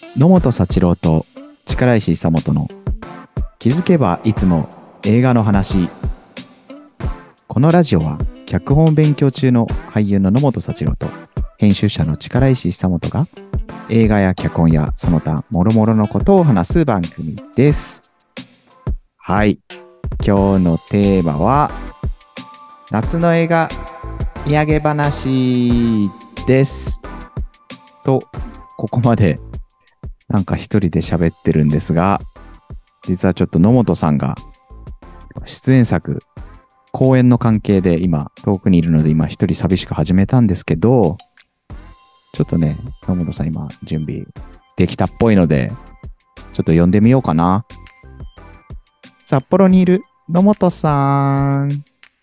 野本幸郎と力石久本の気づけばいつも映画の話。このラジオは脚本勉強中の俳優の野本幸郎と編集者の力石久本が映画や脚本やその他諸々のことを話す番組です。はい、今日のテーマは夏の映画土産話ですと、ここまでなんか一人で喋ってるんですが、実はちょっと野本さんが出演作公演の関係で今遠くにいるので、今一人寂しく始めたんですけど、ちょっとね、野本さん今準備できたっぽいのでちょっと呼んでみようかな。札幌にいる野本さん。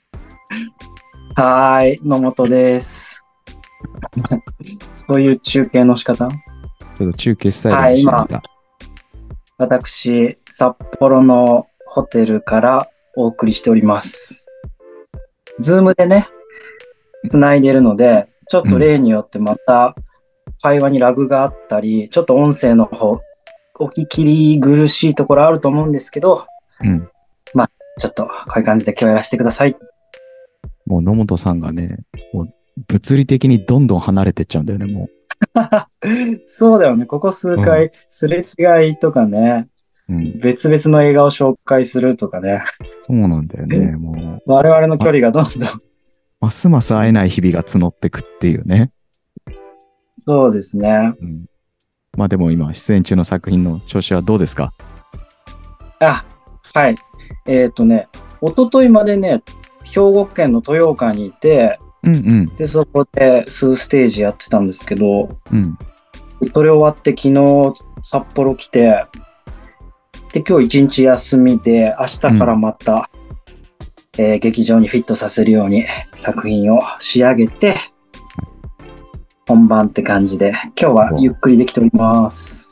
はーい、野本です。そういう中継の仕方？ ちょっと中継スタイルにしてみた。 今、私、札幌のホテルからお送りしております。ズームでね、つないでるので、ちょっと例によってまた会話にラグがあったり、ちょっと音声の方、お聞き苦しいところあると思うんですけど、まあ、ちょっとこういう感じで今日やらせてください。 もう野本さんがね、もう物理的にどんどん離れてっちゃうんだよね、もう。 そうだよね。ここ数回、すれ違いとかね、別々の映画を紹介するとかね。 そうなんだよね、もう。 我々の距離がどんどん。 ますます会えない日々が募ってくっていうね。 そうですね。 まあでも今、出演中の作品の調子はどうですか？ はい。一昨日までね、兵庫県の豊岡にいて、で、そこで数ステージやってたんですけど、それ終わって昨日札幌来て、で、今日一日休みで、明日からまた、劇場にフィットさせるように作品を仕上げて、本番って感じで、今日はゆっくりできております。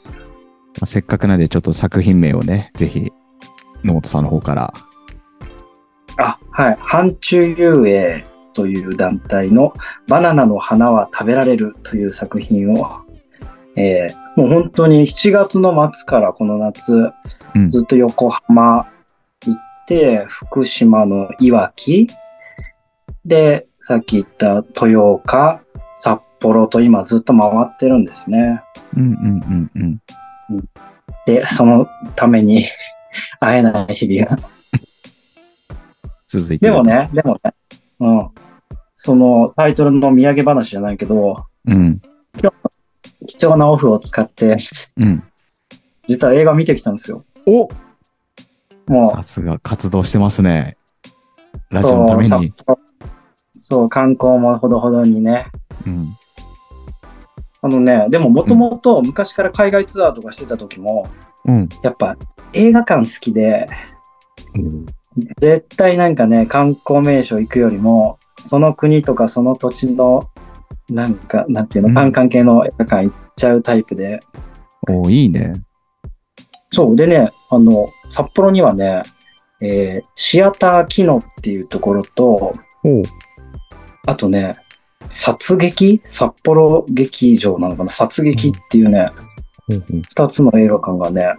せっかくなんでちょっと作品名をね、ぜひ野本さんの方から。 はい。範疇遊泳という団体のバナナの花は食べられるという作品を、もう本当に7月の末からこの夏、ずっと横浜行って、福島のいわきで、さっき言った豊岡、札幌と今ずっと回ってるんですね。で、そのために会えない日々が続いてでもね、そのタイトルの土産話じゃないけど、今日貴重なオフを使って、実は映画見てきたんですよ。 もうさすが活動してますね。ラジオのために。 そう、観光もほどほどにね。でももともと昔から海外ツアーとかしてた時も、やっぱ映画館好きで、絶対なんかね、観光名所行くよりも、その国とかその土地の、なんていうの、単館系の映画館行っちゃうタイプで。 いいね。 そう。でね、札幌にはね、シアターキノっていうところと、あとね、札幌劇場なのかな、札劇っていうね、2つの映画館がね、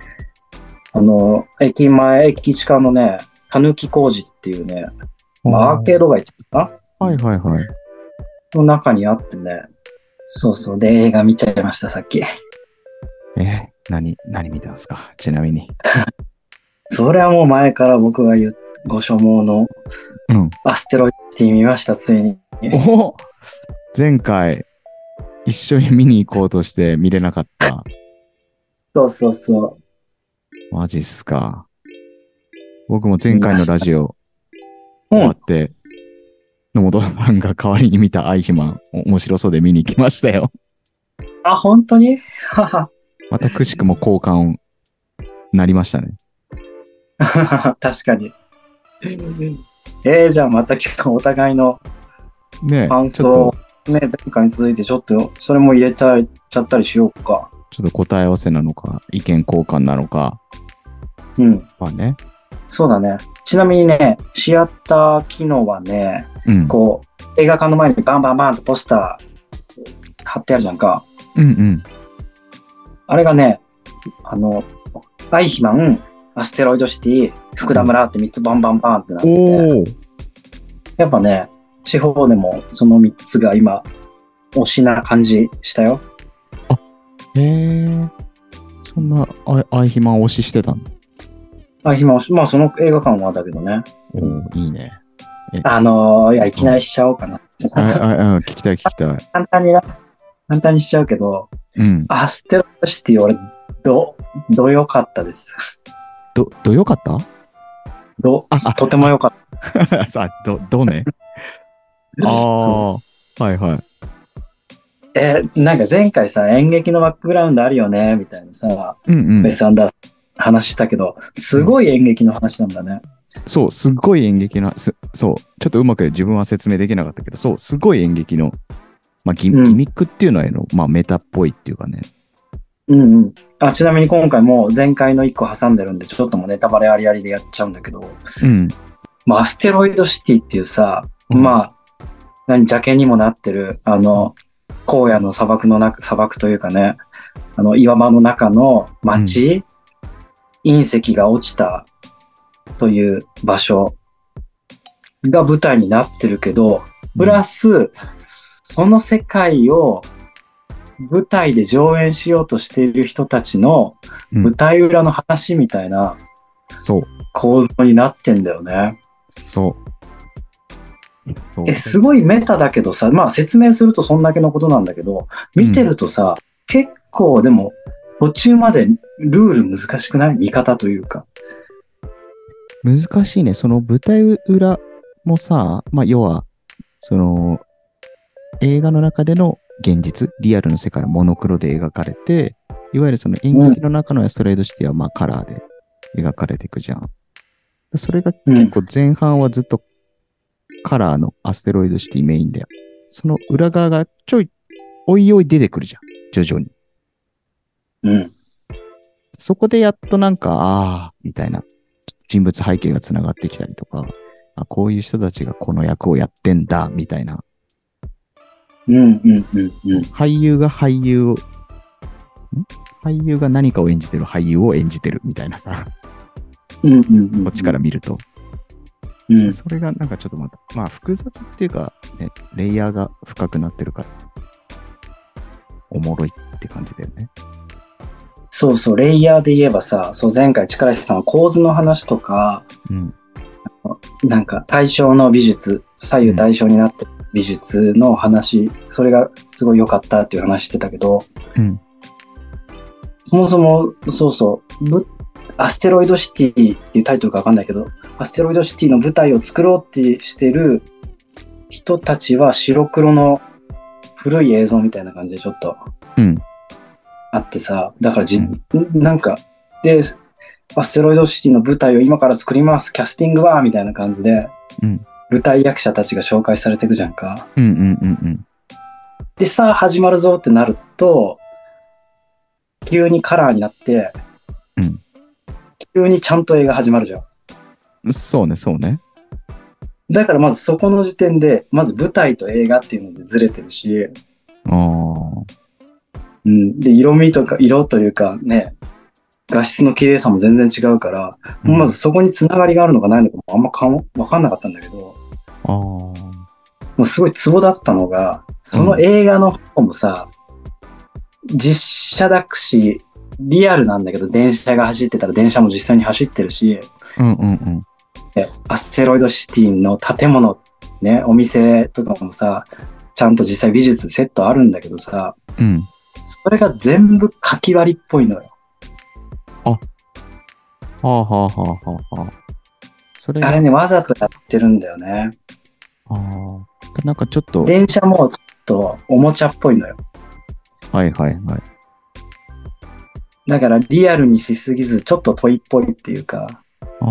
駅地下のね、たぬき工事っていうね、アーケード街って言うかな？の中にあってね、そうで映画見ちゃいました、さっき。 何見たんですか、ちなみに。 それはもう前から僕がご所望の、アステロイド見ました、ついに。 前回、一緒に見に行こうとして見れなかった。 そう。 マジっすか。僕も前回のラジオ終わって、野本さんが代わりに見たアイヒマン、面白そうで見に行きましたよ。 本当に？ またくしくも交換なりましたね。 確かに。じゃあまた今日お互いの感想、前回に続いてちょっとそれも入れちゃったりしようか。 ちょっと答え合わせなのか、意見交換なのか。まあね。 そうだね。ちなみにね、シアター機能はね、こう、映画館の前にバンバンバンとポスター貼ってあるじゃんか。 あれがね、アイヒマン、アステロイドシティ、福田村って3つバンバンバンってなってて、やっぱね、地方でもその3つが今、推しな感じしたよ。 あ、へえ。そんなアイヒマン推ししてたんだ。 アイヒマン推し、まあその映画館はだけどね。 いいね。 いや、いきなりしちゃおうかな。 聞きたい。 簡単にしちゃうけど、アステロイドシティ俺、どよかったです。 どよかった？ とてもよかった。 さあ、どね。はいはい。 なんか前回さ、演劇のバックグラウンドあるよね、みたいなさ、ウェス・アンダース話したけど、すごい演劇の話なんだね。 そう、すごい演劇の、そう、ちょっとうまく自分は説明できなかったけど、そう、すごい演劇の、まあ、ギミックっていうのはまあ、メタっぽいっていうかね。 ちなみに今回も前回の1個挟んでるんで、ちょっともうネタバレありありでやっちゃうんだけど、まあ、アステロイドシティっていうさ、まあ、邪気にもなってる、荒野の砂漠というかね、岩場の中の町、隕石が落ちたという場所が舞台になってるけど、プラス、その世界を舞台で上演しようとしている人たちの舞台裏の話みたいな構造になってんだよね。すごいメタだけどさ、まあ説明するとそんだけのことなんだけど、見てるとさ、結構でも途中までルール難しくない？見方というか。 難しいね。その舞台裏もさ、まあ要は、その映画の中での現実、リアルの世界はモノクロで描かれて、いわゆるその演劇の中のアストレイドシティはまあカラーで描かれていくじゃん。それが結構前半はずっとカラーのアステロイドシティメインで、その裏側がちょい、おいおい出てくるじゃん。徐々に。そこでやっとなんか、みたいな人物背景がつながってきたりとか、こういう人たちがこの役をやってんだ、みたいな。俳優が何かを演じてる俳優を演じてるみたいなさ。こっちから見ると。それがなんかちょっとまあ複雑っていうか、ね、レイヤーが深くなってるから、おもろいって感じだよね。 そうそう、レイヤーで言えばさ、前回力石さんは構図の話とか、なんか対象の美術、左右対称になってる美術の話、それがすごい良かったっていう話してたけど、そもそも、アステロイドシティっていうタイトルかわかんないけど、アステロイドシティの舞台を作ろうってしてる人たちは白黒の古い映像みたいな感じでちょっとあってさ、だからなんか、で、アステロイドシティの舞台を今から作ります、キャスティングはみたいな感じで、舞台役者たちが紹介されていくじゃんか。で、さあ始まるぞってなると、急にカラーになって、急にちゃんと映画始まるじゃん。 そうね。 だからまずそこの時点で、まず舞台と映画っていうのでずれてるし、で、色というかね、画質の綺麗さも全然違うから、まずそこにつながりがあるのかないのかもあんまわかんなかったんだけど、もうすごいツボだったのが、その映画の方もさ、実写だし、リアルなんだけど、電車が走ってたら電車も実際に走ってるし、アステロイドシティの建物、ね、お店とかもさ、ちゃんと実際美術セットあるんだけどさ、それが全部かき割りっぽいのよ。あれね、わざとやってるんだよね。 なんかちょっと。 電車もちょっとおもちゃっぽいのよ。だからリアルにしすぎず、ちょっとトイっぽいっていうか。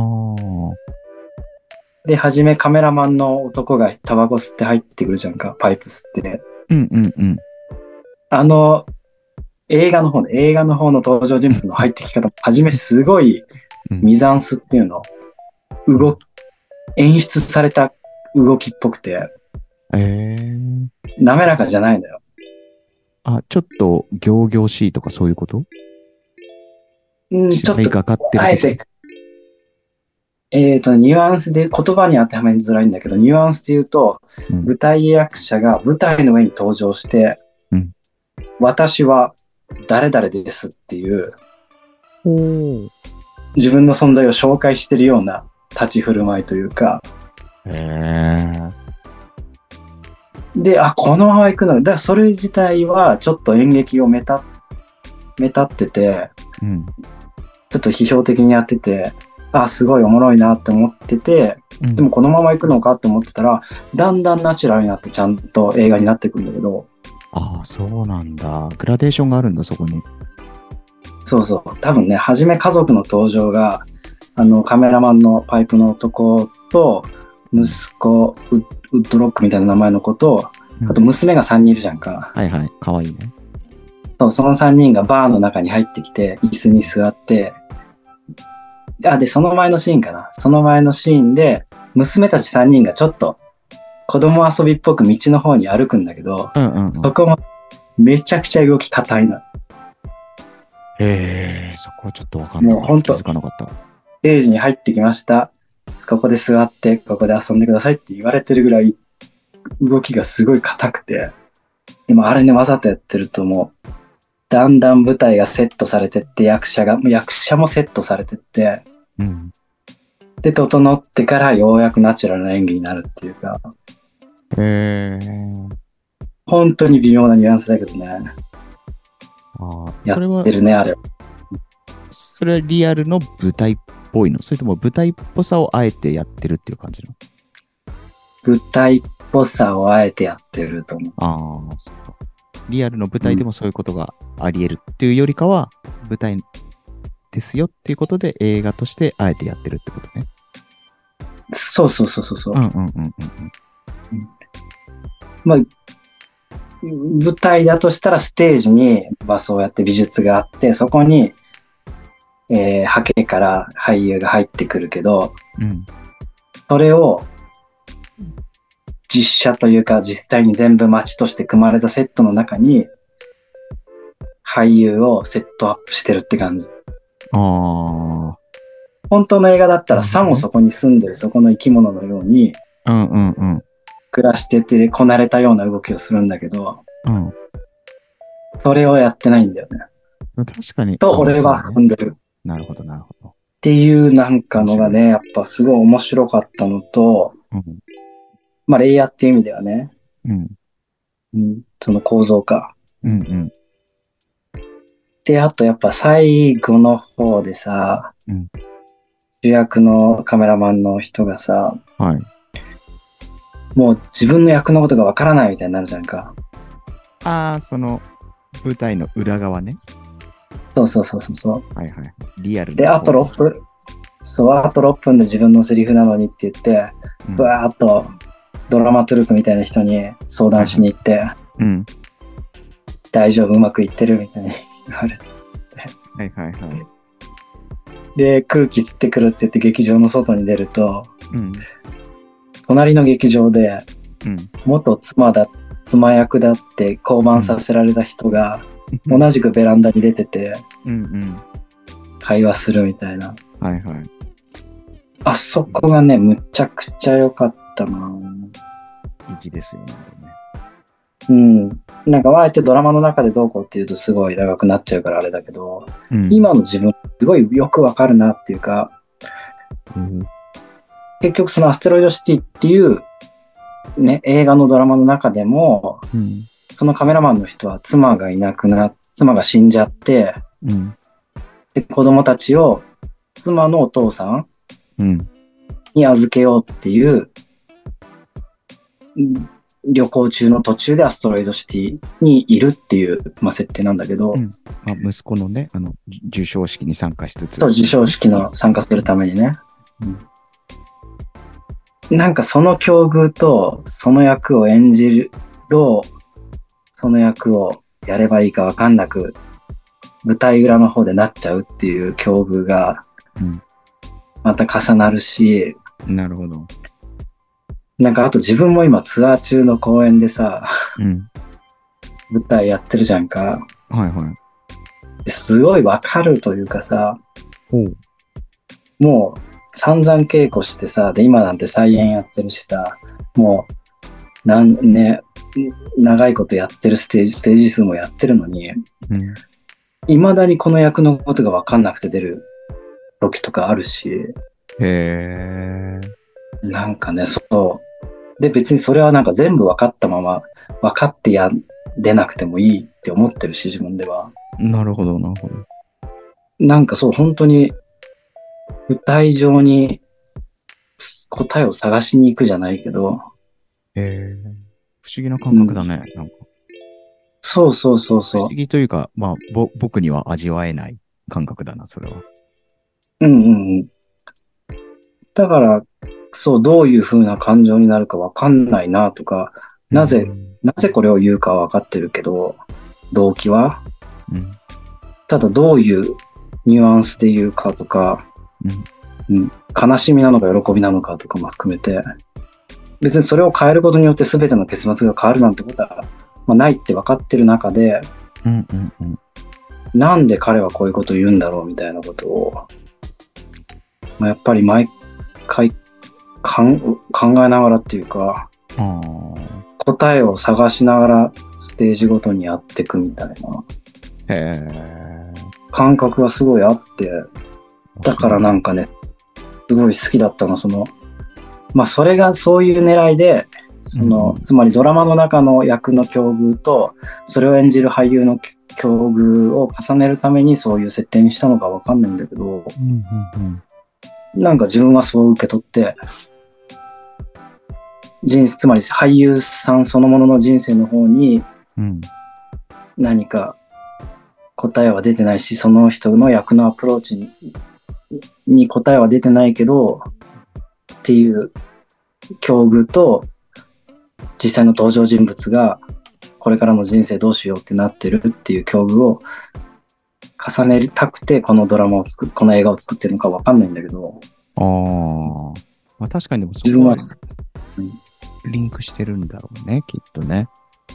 で、初めカメラマンの男がタバコ吸って入ってくるじゃんか、パイプ吸ってね。映画の方の登場人物の入ってき方、初めすごいミザンスっていうの、演出された動きっぽくて、滑らかじゃないのよ。 ちょっと仰々しいとかそういうこと？ ちょっと、 がかってる。 あえて、ニュアンスで、言葉に当てはめづらいんだけど、ニュアンスで言うと、舞台役者が舞台の上に登場して、私は誰々ですっていう、自分の存在を紹介してるような立ち振る舞いというか、で、このまま行くのだからそれ自体はちょっと演劇をめたってて、ちょっと批評的にやってて、すごいおもろいなって思ってて、でもこのまま行くのかって思ってたら、だんだんナチュラルになってちゃんと映画になってくるんだけど。 そうなんだ。グラデーションがあるんだ、そこに。 そうそう。多分ね、初め家族の登場が、カメラマンのパイプの男と、息子、ウッドロックみたいな名前の子と、あと娘が3人いるじゃんか。 はいはい。かわいいね。 そう、その3人がバーの中に入ってきて、椅子に座って、で、その前のシーンかな。その前のシーンで、娘たち3人がちょっと、子供遊びっぽく道の方に歩くんだけど、そこもめちゃくちゃ動き硬いな。 そこはちょっとわかんない。もう本当気づかなかった。 ステージに入ってきました。ここで座って、ここで遊んでくださいって言われてるぐらい、動きがすごい硬くて。でもあれね、わざとやってるともう、だんだん舞台がセットされてって、役者もセットされてって、で、整ってからようやくナチュラルな演技になるっていうか。本当に微妙なニュアンスだけどね。やってるね、あれ。 それはリアルの舞台っぽいの？それとも舞台っぽさをあえてやってるっていう感じの？ 舞台っぽさをあえてやってると思う。 そうか。リアルの舞台でもそういうことがあり得るっていうよりかは、舞台ですよっていうことで映画としてあえてやってるってことね。 そう。まあ、舞台だとしたらステージに、そうやって美術があって、そこに、ハケから俳優が入ってくるけど、それを実写というか実際に全部街として組まれたセットの中に俳優をセットアップしてるって感じ。本当の映画だったらさもそこに住んでるそこの生き物のように暮らしててこなれたような動きをするんだけど、それをやってないんだよね。 確かに。 と俺は踏んでる。 なるほど。 っていうなんかのがね、やっぱすごい面白かったのと、レイヤーっていう意味ではね、その構造化。で、あとやっぱ最後の方でさ、主役のカメラマンの人がさ、もう自分の役のことがわからないみたいになるじゃんか。 その舞台の裏側ね。 そう。 リアルで、あと6分。あと6分で自分のセリフなのにって言って、ぶわーっとドラマトルクみたいな人に相談しに行って、大丈夫、うまくいってるみたいに言われて。で、空気吸ってくるって言って劇場の外に出ると、隣の劇場で、元妻役だって降板させられた人が、同じくベランダに出てて、会話するみたいな。あそこがね、むちゃくちゃ良かったな。 粋ですよね。 なんかあえてドラマの中でどうこうっていうとすごい長くなっちゃうからあれだけど、今の自分すごいよくわかるなっていうか、結局そのアステロイドシティっていうね、映画のドラマの中でも、そのカメラマンの人は妻が死んじゃって、で子供たちを妻のお父さんに預けようっていう、旅行中の途中でアストロイドシティにいるっていう、設定なんだけど、 息子のね、授賞式に参加しつつ。 そう、授賞式の参加するためにね。なんかその境遇と、その役を演じると、その役をやればいいか分かんなく、舞台裏の方でなっちゃうっていう境遇が、また重なるし、 なるほど。 なんかあと自分も今ツアー中の公演でさ、 舞台やってるじゃんか。 はいはい。 すごいわかるというかさ、 ほう。 もう散々稽古してさ、で、今なんて再演やってるしさ、もう、長いことやってるステージ数もやってるのに、未だにこの役のことがわかんなくて出る時とかあるし。 へー。 なんかね、そう。で、別にそれはなんか全部分かったまま、分かって出なくてもいいって思ってるし、自分では。 なるほど、なるほど。 なんかそう、本当に、舞台上に答えを探しに行くじゃないけど。 不思議な感覚だね、なんか。 そうそうそうそう。 不思議というか、まあ、僕には味わえない感覚だな、それは。 うんうんうん。だから、そう、どういう風な感情になるか分かんないなとか、なぜこれを言うかは分かってるけど、動機は、ただどういうニュアンスで言うかとか、悲しみなのか喜びなのかとかも含めて、別にそれを変えることによって全ての結末が変わるなんてことは、ないって分かってる中で、なんで彼はこういうことを言うんだろうみたいなことを、やっぱり毎回考えながらっていうか、答えを探しながらステージごとにやっていくみたいな感覚がすごいあって、だからなんかね、すごい好きだったの、それがそういう狙いで、つまりドラマの中の役の境遇と、それを演じる俳優の境遇を重ねるためにそういう設定にしたのかわかんないんだけど、なんか自分はそう受け取って、つまり俳優さんそのものの人生の方に、何か答えは出てないし、その人の役のアプローチに答えは出てないけど、っていう境遇と、実際の登場人物がこれからの人生どうしようってなってるっていう境遇を重ねたくてこのこの映画を作ってるのかわかんないんだけど。 確かにでもそこはリンクしてるんだろうね、きっとね。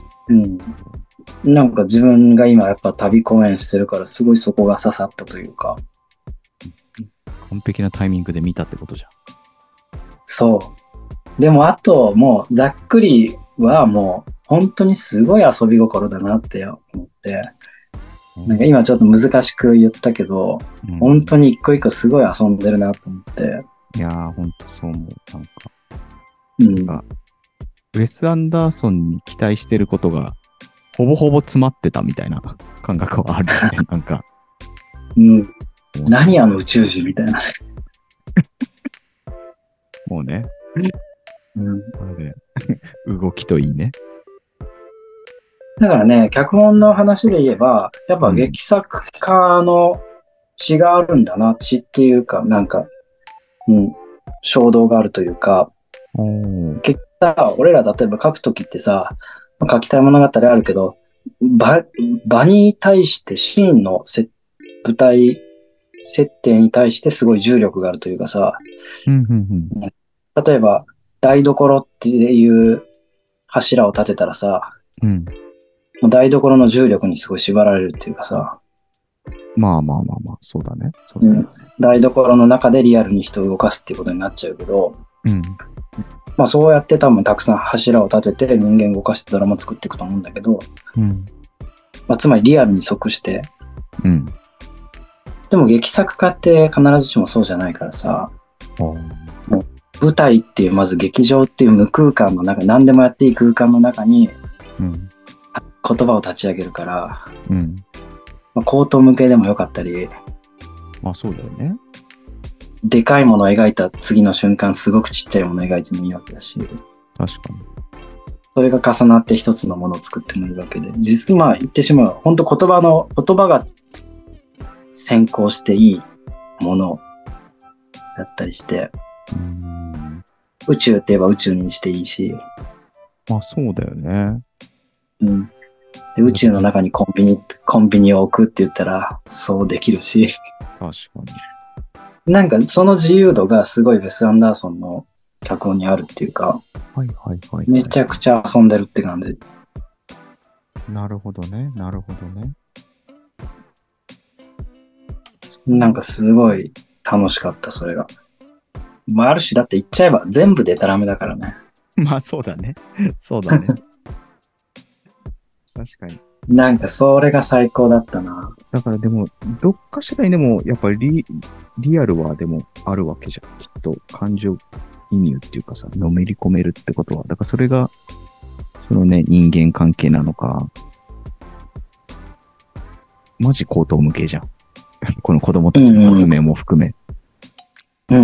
なんか自分が今やっぱ旅公演してるからすごいそこが刺さったというか。 完璧なタイミングで見たってことじゃん。そう。 でもあともうざっくりはもう本当にすごい遊び心だなって思って、なんか今ちょっと難しく言ったけど、本当に一個一個すごい遊んでるなと思って。 いやー本当そう思う。なんか、ウェス・アンダーソンに期待してることがほぼほぼ詰まってたみたいな感覚はあるよね、なんか。何あの宇宙人みたいな。 もうね。これで動きといいね。 だからね、脚本の話で言えば、やっぱ劇作家の血があるんだな、血っていうか、なんか、衝動があるというか、結果、俺ら例えば書くときってさ、書きたい物語あるけど、場に対してシーンの舞台設定に対してすごい重力があるというかさ、例えば台所っていう柱を立てたらさ、もう台所の重力にすごい縛られるっていうかさ、 まあ、そうだね。 台所の中でリアルに人を動かすっていうことになっちゃうけど、そうやって多分たくさん柱を立てて人間を動かしてドラマ作っていくと思うんだけど、つまりリアルに即して、でも劇作家って必ずしもそうじゃないからさ、もう舞台っていうまず劇場っていう無空間の中、何でもやっていい空間の中に言葉を立ち上げるから、口頭向けでもよかったり、 そうだよね。 でかいものを描いた次の瞬間すごくちっちゃいものを描いてもいいわけだし、 確かにそれが重なって一つのものを作ってもいいわけで、実は言ってしまう本当言葉が先行していいものだったりして、宇宙って言えば宇宙にしていいし、 そうだよね。 で宇宙の中にコンビニを置くって言ったらそうできるし、 確かになんかその自由度がすごいウェス・アンダーソンの脚本にあるっていうか、めちゃくちゃ遊んでるって感じ。 なるほどね。なるほどね。 なんかすごい楽しかった、それが。まあ、ある種だって言っちゃえば全部デタラメだからね。 まあそうだね。そうだね。確かに。 なんかそれが最高だったな。 だからでも、どっかしらにでも、やっぱりリアルはでもあるわけじゃん。きっと感情移入っていうかさ、のめり込めるってことは。だからそれが、そのね、人間関係なのか、マジ口頭無形じゃん。この子供たちの発明も含め。 うん。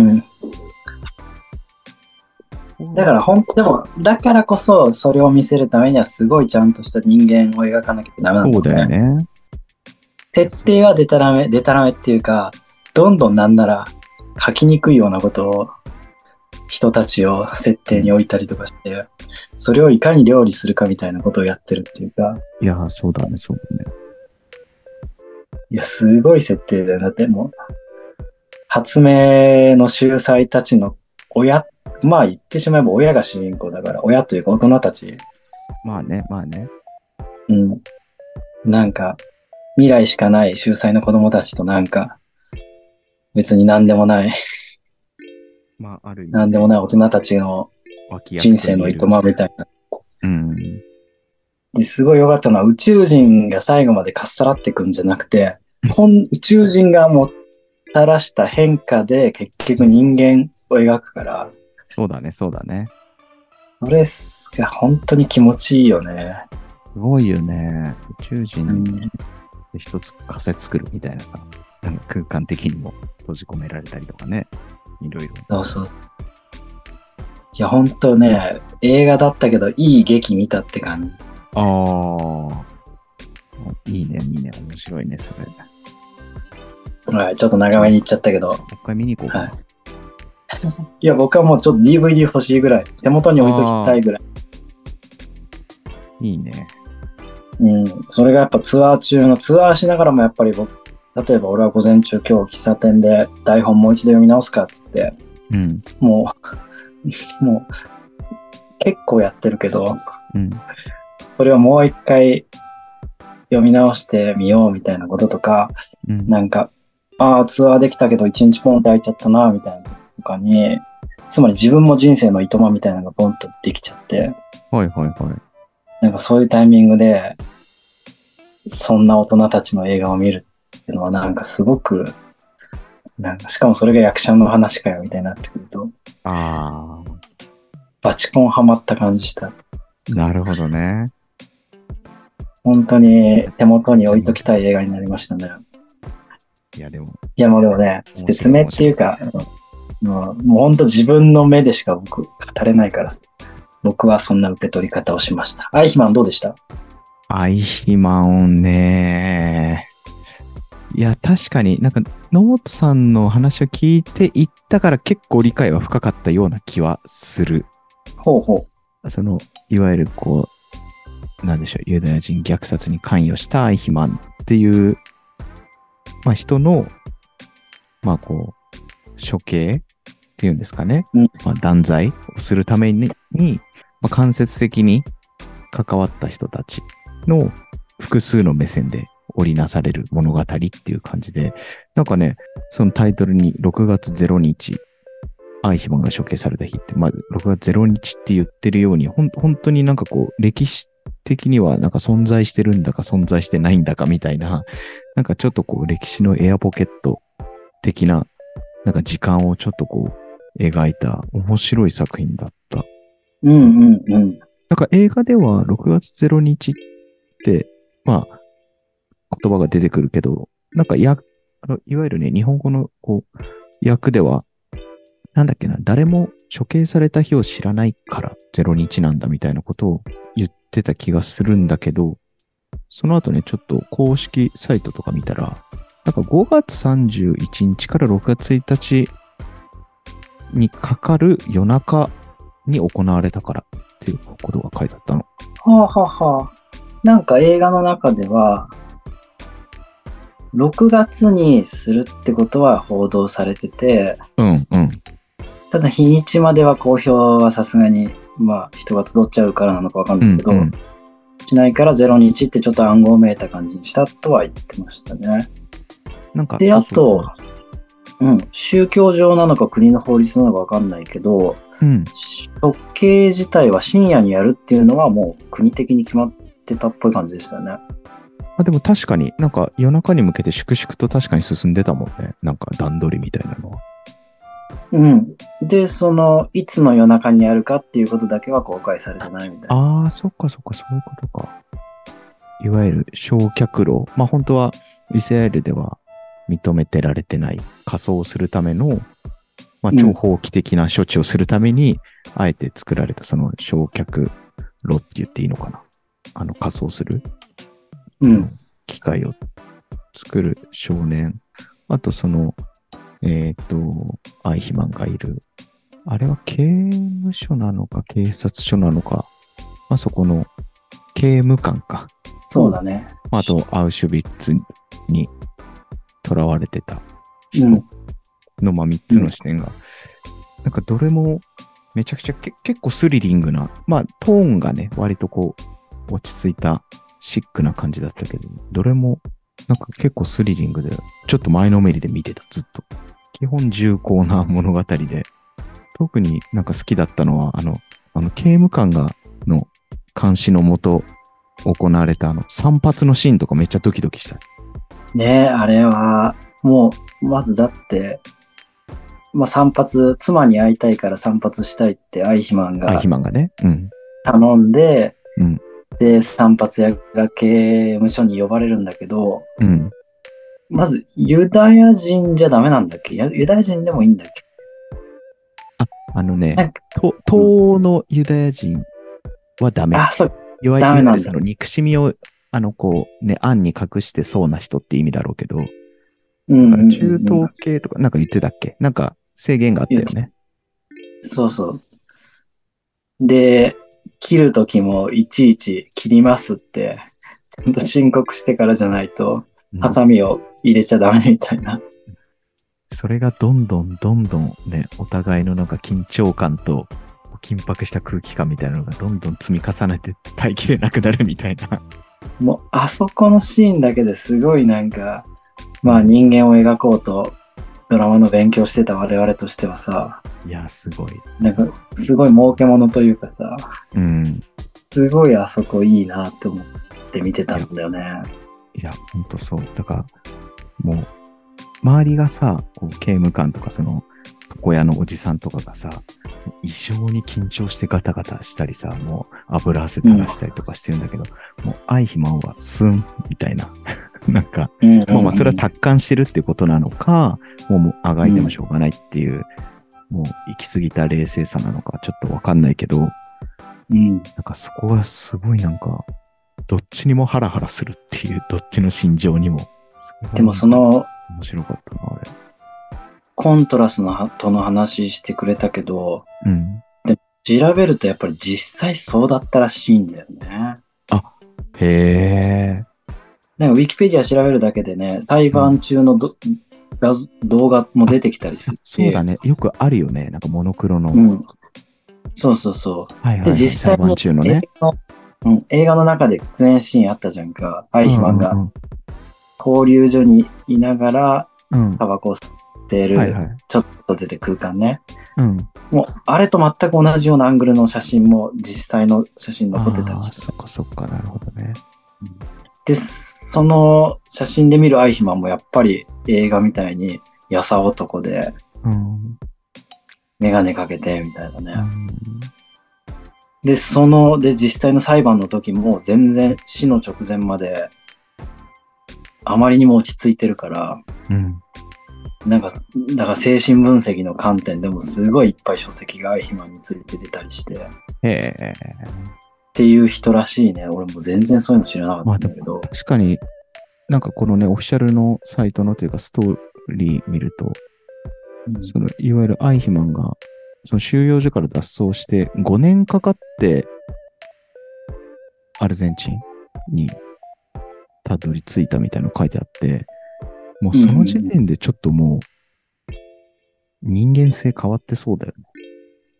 だからでも、だからこそ、それを見せるためには、すごいちゃんとした人間を描かなきゃダメなんだよね。 そうだよね。 設定はデタラメっていうか、どんどんなんなら書きにくいようなことを、人たちを設定に置いたりとかして、それをいかに料理するかみたいなことをやってるっていうか。 いや、そうだね、そうだね。 いや、すごい設定だよ。だってもう、発明の秀才たちの親、まあ言ってしまえば親が主人公だから、親というか大人たち。 まあね、まあね。 うん。なんか、未来しかない秀才の子供たちとなんか、別に何でもないまあ、ある意味、 何でもない大人たちの人生の営みみたいな。 うん。 ですごい良かったのは、宇宙人が最後までかっさらってくんじゃなくて、宇宙人がもたらした変化で結局人間を描くから。 そうだね、そうだね。 それが本当に気持ちいいよね。 すごいよね。宇宙人で一つ仮説作るみたいなさ、空間的にも閉じ込められたりとかね。いろいろ。 そうそう。いや、本当ね、映画だったけど、いい劇見たって感じ。 ああ。いいね、いいね。面白いね、それ。 はい、ちょっと長めに行っちゃったけど。もう一回見に行こうかな。はい、 いや、僕はもうちょっと DVD 欲しいぐらい。手元に置いときたいぐらい。 いいね。 うん。それがやっぱツアーしながらもやっぱり例えば俺は午前中今日喫茶店で台本もう一度読み直すかっつって。 うん。 もう、結構やってるけど、 うん。 それをもう一回読み直してみようみたいなこととか、うん、なんか、ツアーできたけど一日ポンって空いちゃったな、みたいなとかに、つまり自分も人生のいとまみたいなのがポンとできちゃって、 はいはいはい。 なんかそういうタイミングで、そんな大人たちの映画を見るっていうのはなんかすごく、なんかしかもそれが役者の話かよみたいになってくると、バチコンハマった感じした。 なるほどね。 本当に手元に置いときたい映画になりましたね。 いやもうでもね、説明っていうか、もう本当自分の目でしか僕語れないから、僕はそんな受け取り方をしました。アイヒマンどうでした？ アイヒマンね。いや、確かになんか野本さんの話を聞いていったから結構理解は深かったような気はする。 ほうほう。いわゆるなんでしょう、ユダヤ人虐殺に関与したアイヒマンっていう、まあ人の、まあ処刑っていうんですかね。 うん、 まあ断罪をするために、まあ、間接的に関わった人たちの複数の目線で織りなされる物語っていう感じで、なんかね、そのタイトルに6月0日、アイヒマンが処刑された日って、まあ、6月0日って言ってるように、本当になんか歴史的にはなんか存在してるんだか存在してないんだかみたいな、なんかちょっと歴史のエアポケット的な、なんか時間をちょっと描いた面白い作品だった。 うんうんうん。 なんか映画では6月0日って、まあ、言葉が出てくるけど、なんかいわゆるね、日本語の訳では、なんだっけな、誰も処刑された日を知らないから0日なんだみたいなことを言ってた気がするんだけど、その後ね、ちょっと公式サイトとか見たら、なんか5月31日から6月1日にかかる夜中に行われたからっていうことが書いてあったの。 はあはあはあ。なんか映画の中では、6月にするってことは報道されてて、 うんうん。 ただ日にちまでは公表はさすがに、まあ人が集っちゃうからなのかわかんないけど、 しないから0日ってちょっと暗号めいた感じにしたとは言ってましたね。 なんか、 で、あと、宗教上なのか国の法律なのかわかんないけど、処刑自体は深夜にやるっていうのはもう国的に決まってたっぽい感じでしたよね。 でも確かになんか夜中に向けて粛々と確かに進んでたもんね。なんか段取りみたいなのは。 で、いつの夜中にやるかっていうことだけは公開されてないみたいな。 ああ、そっかそっか、そういうことか。いわゆる焼却炉。本当はイスラエルでは認めてられてない火葬をするための、超法規的な処置をするために、あえて作られたその焼却炉って言っていいのかな。火葬する、機械を作る少年。あとアイヒマンがいる。あれは刑務所なのか警察署なのか。そこの刑務官か。 そうだね。 あと、アウシュビッツに囚われてた人の、3つの視点が、なんかどれもめちゃくちゃ結構スリリングな、トーンがね、割とこう、落ち着いたシックな感じだったけど、どれもなんか結構スリリングで、ちょっと前のめりで見てた、ずっと。基本重厚な物語で、特になんか好きだったのは、刑務官の監視のもと行われた散髪のシーンとかめっちゃドキドキした。 ねえ、あれは、もう、まずだって、散髪、妻に会いたいから散髪したいってアイヒマンがね、 頼んで、で、散髪屋が刑務所に呼ばれるんだけど、まず、ユダヤ人じゃダメなんだっけ？ユダヤ人でもいいんだっけ？ 東のユダヤ人はダメ。 そう。 いわゆるその憎しみを、暗に隠してそうな人って意味だろうけど、だから中東系とかなんか言ってたっけ？なんか制限があったよね。 そうそう。で、切るときもいちいち切りますって、ちゃんと申告してからじゃないと、ハサミを入れちゃダメみたいな。 それがどんどんね、お互いのなんか緊張感と緊迫した空気感みたいなのがどんどん積み重ねて耐えきれなくなるみたいな。 もうあそこのシーンだけですごいなんか、人間を描こうとドラマの勉強してた我々としてはさ、 いや、すごい。 なんか、すごい儲けものというかさ、すごいあそこいいなって思って見てたんだよね。 いや、ほんとそう。だから、もう、周りがさ、刑務官とか床屋のおじさんとかがさ、異常に緊張してガタガタしたりさ、もう油汗垂らしたりとかしてるんだけど、もうアイヒマンはスンみたいな。なんか、それは達観してるってことなのか、もうあがいてもしょうがないっていう、もう行き過ぎた冷静さなのかちょっとわかんないけど、なんかそこがすごいなんか、どっちにもハラハラするっていう、どっちの心情にも。 でも面白かったな、あれ。 コントラスとの話してくれたけど、で調べるとやっぱり実際そうだったらしいんだよね。 へー。 なんかウィキペディア調べるだけでね、裁判中の動画も出てきたりする。 そうだね。よくあるよね。なんかモノクロの。 そうそうそう。 で、実際に中のね、 映画の中で出演シーンあったじゃんか。アイヒマンが交流所にいながらタバコを吸ってる、ちょっと出て空間ね。もうあれと全く同じようなアングルの写真も実際の写真残ってたりして。 そっかそっか、なるほどね。 で、その写真で見るアイヒマンもやっぱり映画みたいにやさ男で、メガネかけてみたいなね。で、実際の裁判の時も全然死の直前まであまりにも落ち着いてるから、なんか、だから精神分析の観点でもすごいいっぱい書籍がアイヒマンについて出たりして、っていう人らしいね。俺も全然そういうの知らなかったんだけど。 確かになんかこのね、オフィシャルのサイトのというかストーリー見ると、いわゆるアイヒマンがその収容所から脱走して5年かかってアルゼンチンにたどり着いたみたいなの書いてあって、もうその時点でちょっともう人間性変わってそうだよね。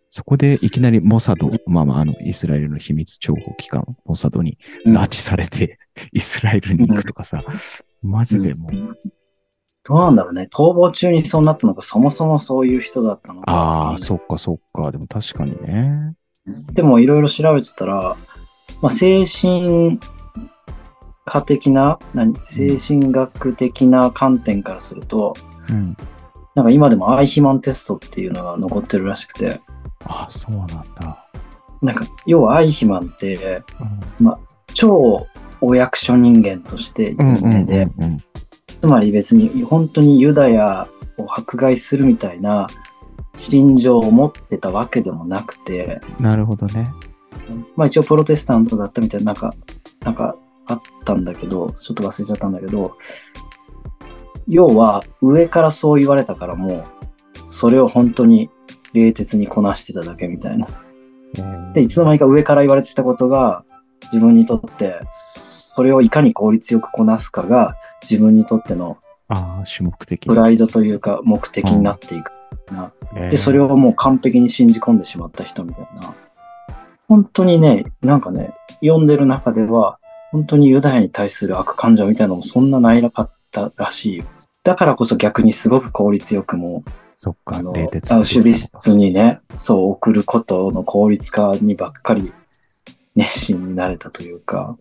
そこでいきなりモサド、イスラエルの秘密諜報機関、モサドに拉致されて、イスラエルに行くとかさ、マジでもう。 どうなんだろうね。逃亡中にそうなったのか、そもそもそういう人だったのか。 ああ、そっか。でも確かにね。 でもいろいろ調べてたら、精神科的な、精神学的な観点からすると、なんか今でもアイヒマンテストっていうのが残ってるらしくて。 ああ、そうなんだ。 なんか、要はアイヒマンって、超お役所人間として有名で、つまり別に本当にユダヤを迫害するみたいな心情を持ってたわけでもなくて。 なるほどね。 一応プロテスタントだったみたいな、なんかあったんだけど、ちょっと忘れちゃったんだけど、要は上からそう言われたからもう、それを本当に冷徹にこなしてただけみたいな。で、いつの間にか上から言われてたことが、自分にとって、それをいかに効率よくこなすかが、自分にとっての、 主目的。 プライドというか、目的になっていく。で、それをもう完璧に信じ込んでしまった人みたいな。本当にね、なんかね、読んでる中では、本当にユダヤに対する悪感情みたいなのもそんなないなかったらしいよ。だからこそ逆にすごく効率よくも、 そっか、 守備室にね、そう送ることの効率化にばっかり熱心になれたというか。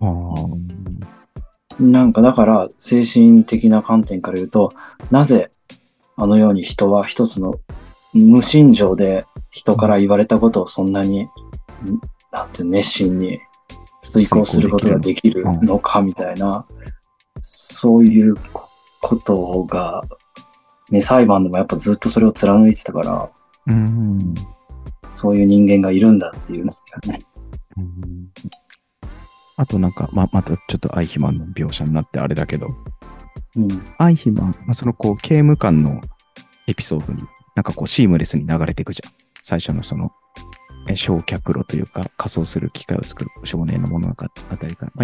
なんかだから精神的な観点から言うと、なぜあのように人は一つの無心情で人から言われたことをそんなに、なんて熱心に遂行することができるのかみたいな、そういうことが、ね、裁判でもやっぱずっとそれを貫いてたから、そういう人間がいるんだっていうのがね。 あとなんか、またちょっとアイヒマンの描写になってあれだけど、アイヒマン、そのこう刑務官のエピソードになんかこうシームレスに流れていくじゃん。最初のその焼却炉というか仮装する機械を作る少年の物語から、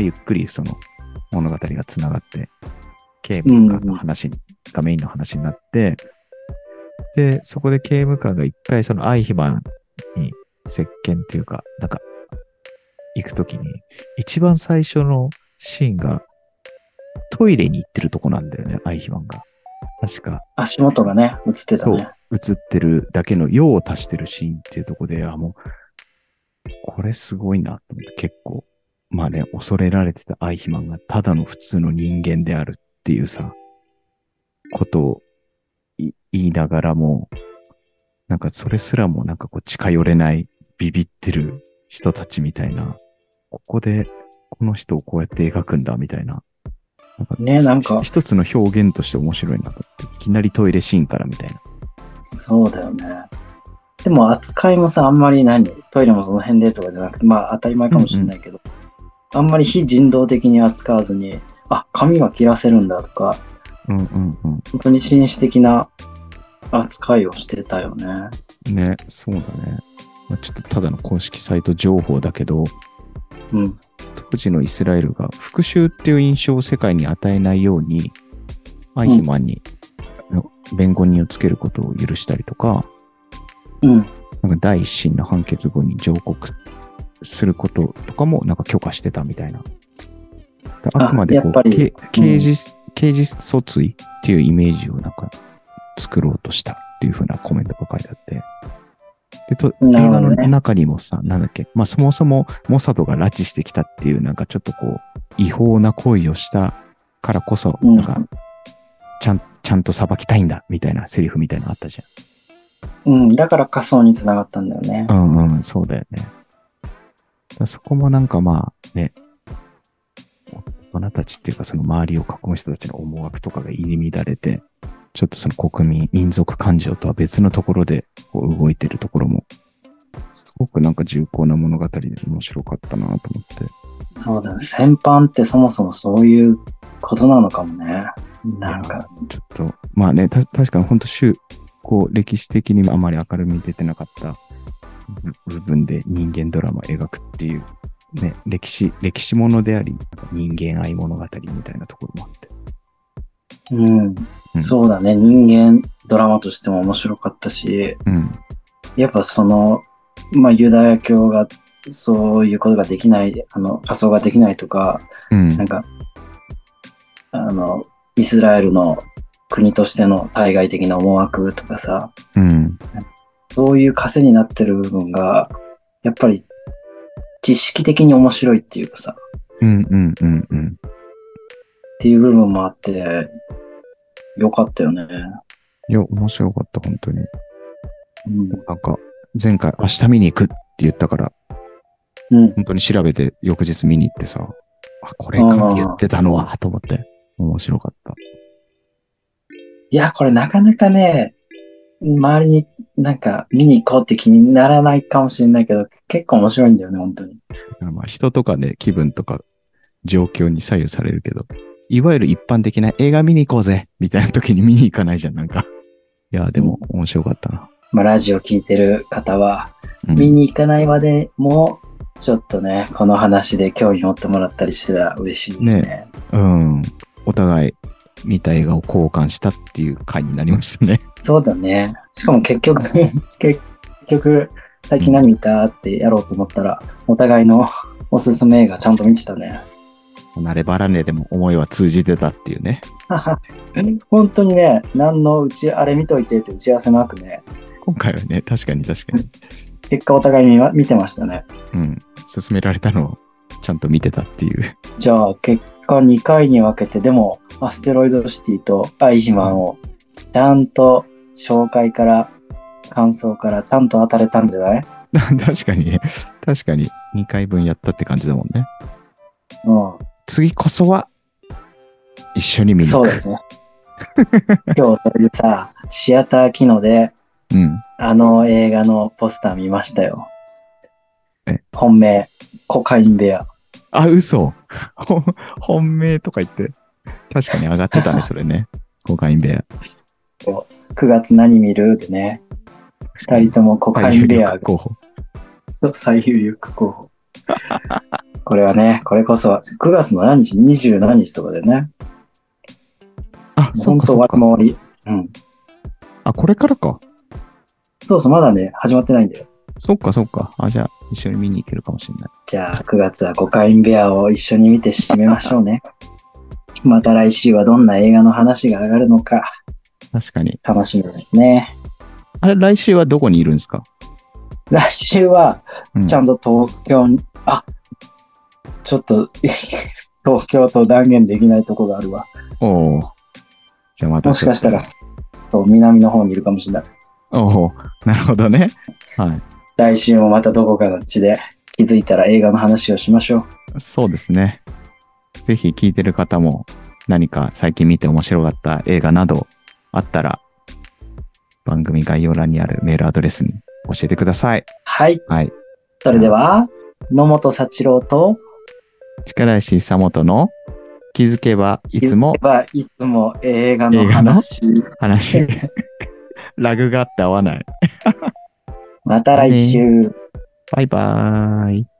ゆっくりその物語がつながって、刑務官の話がメインの話になって、で、そこで刑務官が一回そのアイヒマンに接見というか、なんか行くときに、一番最初のシーンがトイレに行ってるとこなんだよね、アイヒマンが。確か。 足元がね、映ってたね。 そう、映ってるだけの用を足してるシーンっていうところで、もう、これすごいなと思って、結構、恐れられてたアイヒマンがただの普通の人間であるっていうさ、ことを言いながらも、なんかそれすらもなんかこう近寄れないビビってる人たちみたいな、ここでこの人をこうやって描くんだみたいな。なんか一つの表現として面白いなと思って、いきなりトイレシーンからみたいな。 そうだよね。でも扱いもさ、あんまりトイレもその辺でとかじゃなくて、当たり前かもしれないけど、あんまり非人道的に扱わずに、髪は切らせるんだとか、本当に紳士的な扱いをしてたよね。 ね、そうだね。ちょっとただの公式サイト情報だけど、当時のイスラエルが復讐っていう印象を世界に与えないように、アイヒマンに弁護人をつけることを許したりとか、なんか第一審の判決後に上告することとかもなんか許可してたみたいな。あくまでこう刑事訴追っていうイメージをなんか作ろうとしたっていう風なコメントが書いてあって。で映画の中にもさ、なんだっけ、そもそもモサドが拉致してきたっていうなんかちょっとこう違法な行為をしたからこそ、なんかちゃんと裁きたいんだみたいなセリフみたいなのあったじゃん。だから仮想につながったんだよね。 そうだよね。そこもなんか大人たちっていうかその周りを囲む人たちの思惑とかが入り乱れて、ちょっとその民族感情とは別のところでこう動いてるところも、すごくなんか重厚な物語で面白かったなと思って。 そうだね。戦犯ってそもそもそういうことなのかもね。なんか。 ちょっと、確かに本当こう歴史的にあまり明るみに出てなかった部分で人間ドラマを描くっていうね、歴史ものであり、人間愛物語みたいなところもあって。 そうだね。人間ドラマとしても面白かったし、 やっぱユダヤ教がそういうことができない、仮装ができないとか、なんか、イスラエルの国としての対外的な思惑とかさ、そういう枷になってる部分が、やっぱり知識的に面白いっていうかさ、っていう部分もあって、よかったよね。 いや、面白かった、本当に。なんか、前回、明日見に行くって言ったから、本当に調べて翌日見に行ってさ、これか言ってたのは、と思って、面白かった。 いや、これなかなかね、周りになんか見に行こうって気にならないかもしれないけど、結構面白いんだよね、本当に。 まあ人とかね、気分とか状況に左右されるけど、いわゆる一般的な映画見に行こうぜみたいな時に見に行かないじゃん、なんか。いや、でも面白かったな。 まあ、ラジオ聞いてる方は、見に行かないまでも、ちょっとね、この話で興味持ってもらったりしたら嬉しいですね。 お互い見た映画を交換したっていう回になりましたね。 そうだね。しかも結局、最近何見たってやろうと思ったら、お互いのおすすめ映画ちゃんと見てたね。 離れ離れでも思いは通じてたっていうね。 本当にね、あれ見といてって打ち合わせなくね。 今回はね、確かに。結果お互い見てましたね。 勧められたのをちゃんと見てたっていう。 じゃあ、結果2回に分けて、でも、アステロイドシティとアイヒマンを、ちゃんと紹介から、感想からちゃんと当たれたんじゃない？ 確かに2回分やったって感じだもんね。次こそは、一緒に見に行く。 そうですね。今日それでさ、シアター機能で、映画のポスター見ましたよ。本命、コカインベア。 あ、嘘。本命とか言って。確かに上がってたね、それね。コカインベア。 9月何見るってね。2人ともコカインベア。最有力候補。これはね、これこそ9月の何日、20何日とかでね。 そうかそうか。 本当割り。 これからか。 そう、まだね、始まってないんだよ。 そっか。じゃあ、一緒に見に行けるかもしれない。 じゃあ、9月はコカインベアを一緒に見て締めましょうね。また来週はどんな映画の話が上がるのか。 確かに。 楽しみですね。 あれ、来週はどこにいるんですか？ 来週は、ちゃんと東京に、ちょっと、東京と断言できないとこがあるわ。 じゃあまた。 もしかしたら、南の方にいるかもしれない。 なるほどね。はい。 来週もまたどこかの地で気づいたら映画の話をしましょう。そうですね。ぜひ聞いてる方も何か最近見て面白かった映画などあったら番組概要欄にあるメールアドレスに教えてください。 はい。それでは野本幸郎と力石久本の気づけばいつも映画の話ラグがあって合わない。 また来週。 バイバーイ。